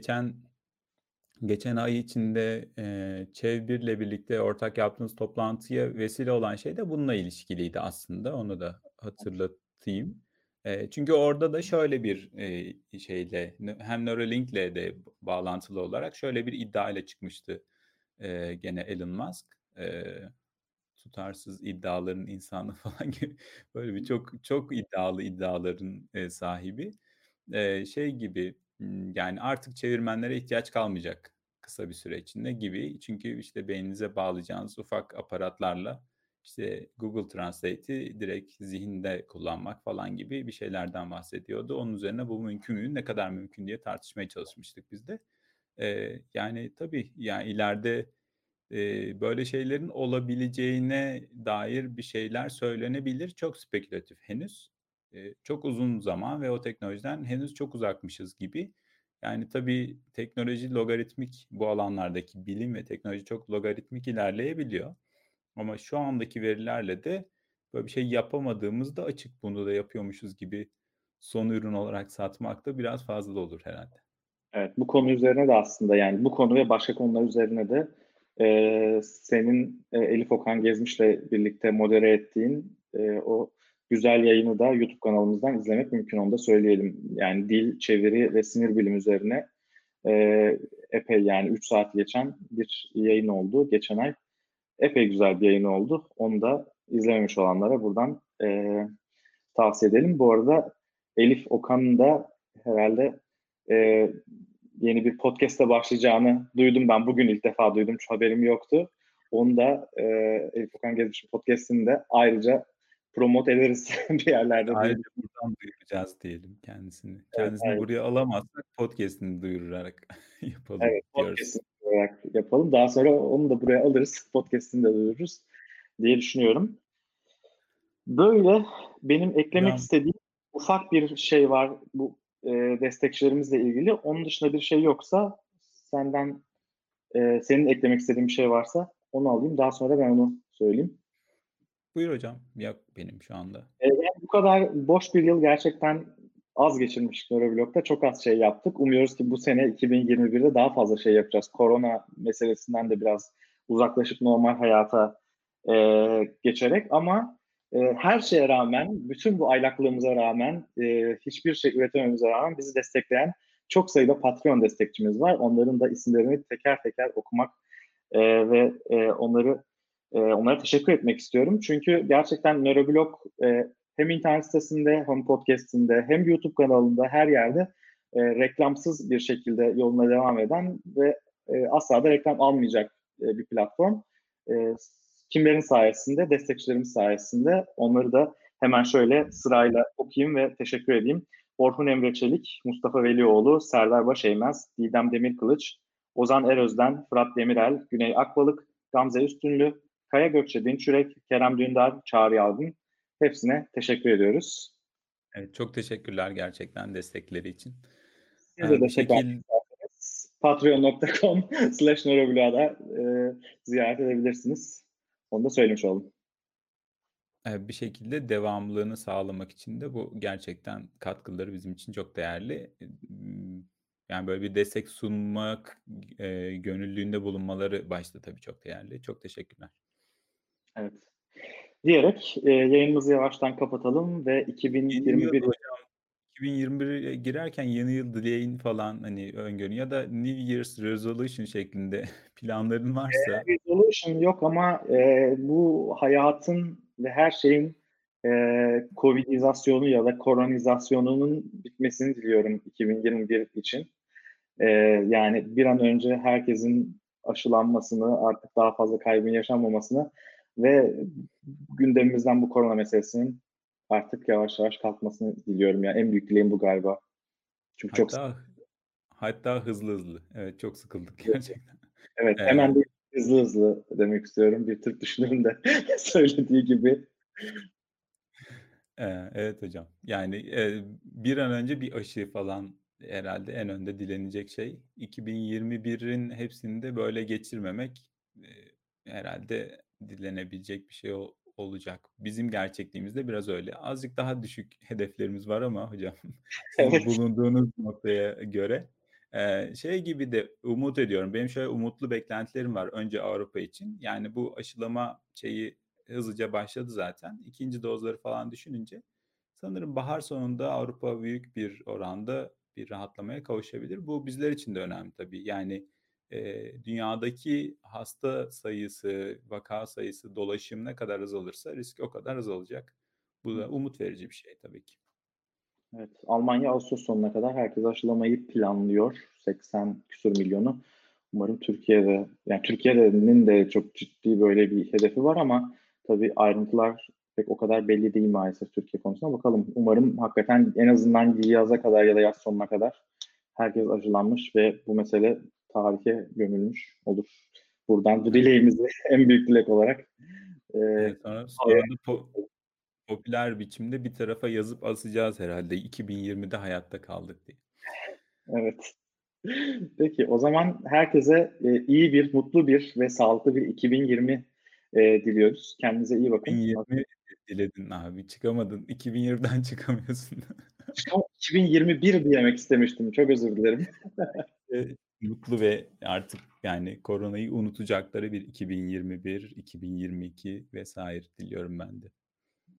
geçen ay içinde Çev1'le birlikte ortak yaptığımız toplantıya vesile olan şey de bununla ilişkiliydi aslında. Onu da hatırlatayım. Çünkü orada da şöyle bir şeyle hem Neuralink'le de bağlantılı olarak şöyle bir iddia ile çıkmıştı gene Elon Musk. Tutarsız iddiaların insanı falan gibi böyle bir çok iddialı iddiaların sahibi. Şey gibi yani artık çevirmenlere ihtiyaç kalmayacak kısa bir süre içinde gibi. Çünkü işte beyninize bağlayacağınız ufak aparatlarla işte Google Translate'i direkt zihinde kullanmak falan gibi bir şeylerden bahsediyordu. Onun üzerine bu mümkün mü, ne kadar mümkün diye tartışmaya çalışmıştık biz de. Yani tabii yani ileride böyle şeylerin olabileceğine dair bir şeyler söylenebilir. Çok spekülatif henüz. Çok uzun zaman ve o teknolojiden henüz çok uzakmışız gibi. Yani tabii teknoloji logaritmik bu alanlardaki bilim ve teknoloji çok logaritmik ilerleyebiliyor. Ama şu andaki verilerle de böyle bir şey yapamadığımızda açık bunu da yapıyormuşuz gibi son ürün olarak satmak da biraz fazla olur herhalde. Evet, bu konu üzerine de aslında yani bu konu ve başka konular üzerine de senin Elif Okan Gezmiş'le birlikte modere ettiğin o güzel yayını da YouTube kanalımızdan izlemek mümkün, onu da söyleyelim. Yani dil, çeviri ve sinir bilimi üzerine e, epey yani 3 saat geçen bir yayın oldu geçen ay. Epey güzel bir yayın oldu. Onu da izlememiş olanlara buradan tavsiye edelim. Bu arada Elif Okan'ın da herhalde e, yeni bir podcast'a başlayacağını duydum ben. Bugün ilk defa duydum. Hiç haberim yoktu. Onu da Elif Okan Gezmiş'in podcast'ini de ayrıca promote ederiz bir yerlerde diye. Ayrıca buradan duyuracağız diyelim kendisini. Evet, Kendisini aynen. buraya alamazsak podcast'ini duyurarak yapalım Evet, diyoruz. podcast'ini olarak yapalım. Daha sonra onu da buraya alırız. Podcast'ini de duyururuz diye düşünüyorum. Böyle benim eklemek Hocam istediğim ufak bir şey var bu destekçilerimizle ilgili. Onun dışında bir şey yoksa senden senin eklemek istediğin bir şey varsa onu alayım. Daha sonra ben onu söyleyeyim. buyur hocam. Yok benim şu anda. Yani bu kadar boş bir yıl gerçekten az geçirmiştik Neuroblog'da. Çok az şey yaptık. Umuyoruz ki bu sene 2021'de daha fazla şey yapacağız. Korona meselesinden de biraz uzaklaşıp normal hayata geçerek ama her şeye rağmen, bütün bu aylaklığımıza rağmen, hiçbir şey üretememize rağmen bizi destekleyen çok sayıda Patreon destekçimiz var. Onların da isimlerini teker teker okumak ve onlara teşekkür etmek istiyorum. Çünkü gerçekten Neuroblog hem internet sitesinde, hem podcast'inde, hem YouTube kanalında her yerde reklamsız bir şekilde yoluna devam eden ve asla da reklam almayacak bir platform. Kimlerin sayesinde? Destekçilerimiz sayesinde. Onları da hemen şöyle sırayla okuyayım ve teşekkür edeyim. Orhun Emre Çelik, Mustafa Velioğlu, Serdar Başeymez, Didem Demirkılıç, Ozan Erözden, Fırat Demirel, Güney Akbalık, Gamze Üstünlü, Kaya Gökçe Dinçürek, Kerem Dündar, Çağrı Yalgın. Hepsine teşekkür ediyoruz. Evet, çok teşekkürler gerçekten destekleri için. Siz de Bir destek vermek şekilde isterseniz patreon.com/neuroblog'a da ziyaret edebilirsiniz. Onu da söylemiş oldum. bir şekilde devamlılığını sağlamak için de bu gerçekten katkıları bizim için çok değerli. Yani böyle bir destek sunmak, gönüllülüğünde bulunmaları başta tabii çok değerli. Çok teşekkürler. Evet. Diyerek yayınımızı yavaştan kapatalım ve Yeni yıl 2021 hocam 2021'e girerken yeni yıl dileğin falan hani öngörün ya da New Year's Resolution şeklinde planların varsa resolution yok ama bu hayatın ve her şeyin Covidizasyonu ya da koronizasyonunun bitmesini diliyorum 2021 için. E, Yani bir an önce herkesin aşılanmasını, artık daha fazla kaybın yaşanmamasını ve gündemimizden bu korona meselesinin artık yavaş yavaş kalkmasını diliyorum. Yani en büyük dileğim bu galiba. Çünkü çok hatta hatta hızlı hızlı. Evet çok sıkıldık gerçekten. evet, Eee, hemen de hızlı hızlı demek istiyorum. Bir Türk düşünürün de söylediği gibi. evet hocam. Yani bir an önce bir aşı falan herhalde en önde dilenecek şey. 2021'in hepsini de böyle geçirmemek herhalde dilenebilecek bir şey olacak. Bizim gerçekliğimizde biraz öyle. Azıcık daha düşük hedeflerimiz var ama hocam sizin Evet. bulunduğunuz noktaya göre şey gibi de umut ediyorum. Benim şöyle umutlu beklentilerim var önce Avrupa için. Yani bu aşılama şeyi hızlıca başladı zaten. İkinci dozları falan düşününce sanırım bahar sonunda Avrupa büyük bir oranda bir rahatlamaya kavuşabilir. Bu bizler için de önemli tabii. Yani dünyadaki hasta sayısı, vaka sayısı, dolaşım ne kadar azalırsa risk o kadar azalacak. Bu da umut verici bir şey tabii ki. Evet, Almanya Ağustos sonuna kadar herkes aşılamayı planlıyor. 80 küsur milyonu. Umarım Türkiye'de, yani Türkiye'nin de çok ciddi böyle bir hedefi var ama tabii ayrıntılar pek o kadar belli değil maalesef Türkiye konusunda. Bakalım. Umarım hakikaten en azından yaza kadar ya da yaz sonuna kadar herkes aşılanmış ve bu mesele tarihe gömülmüş olur. Buradan bu Evet. dileğimizi en büyük dilek olarak e, Evet, sonra da popüler biçimde bir tarafa yazıp asacağız herhalde 2020'de hayatta kaldık diye. evet. Peki, o zaman herkese iyi bir, mutlu bir ve sağlıklı bir 2020 diliyoruz. Kendinize iyi bakın. 2020 diledin abi çıkamadın. 2020'den çıkamıyorsun. 2021 diyemek istemiştim. Çok özür dilerim. Mutlu ve artık yani koronayı unutacakları bir 2021, 2022 vesaire diliyorum ben de.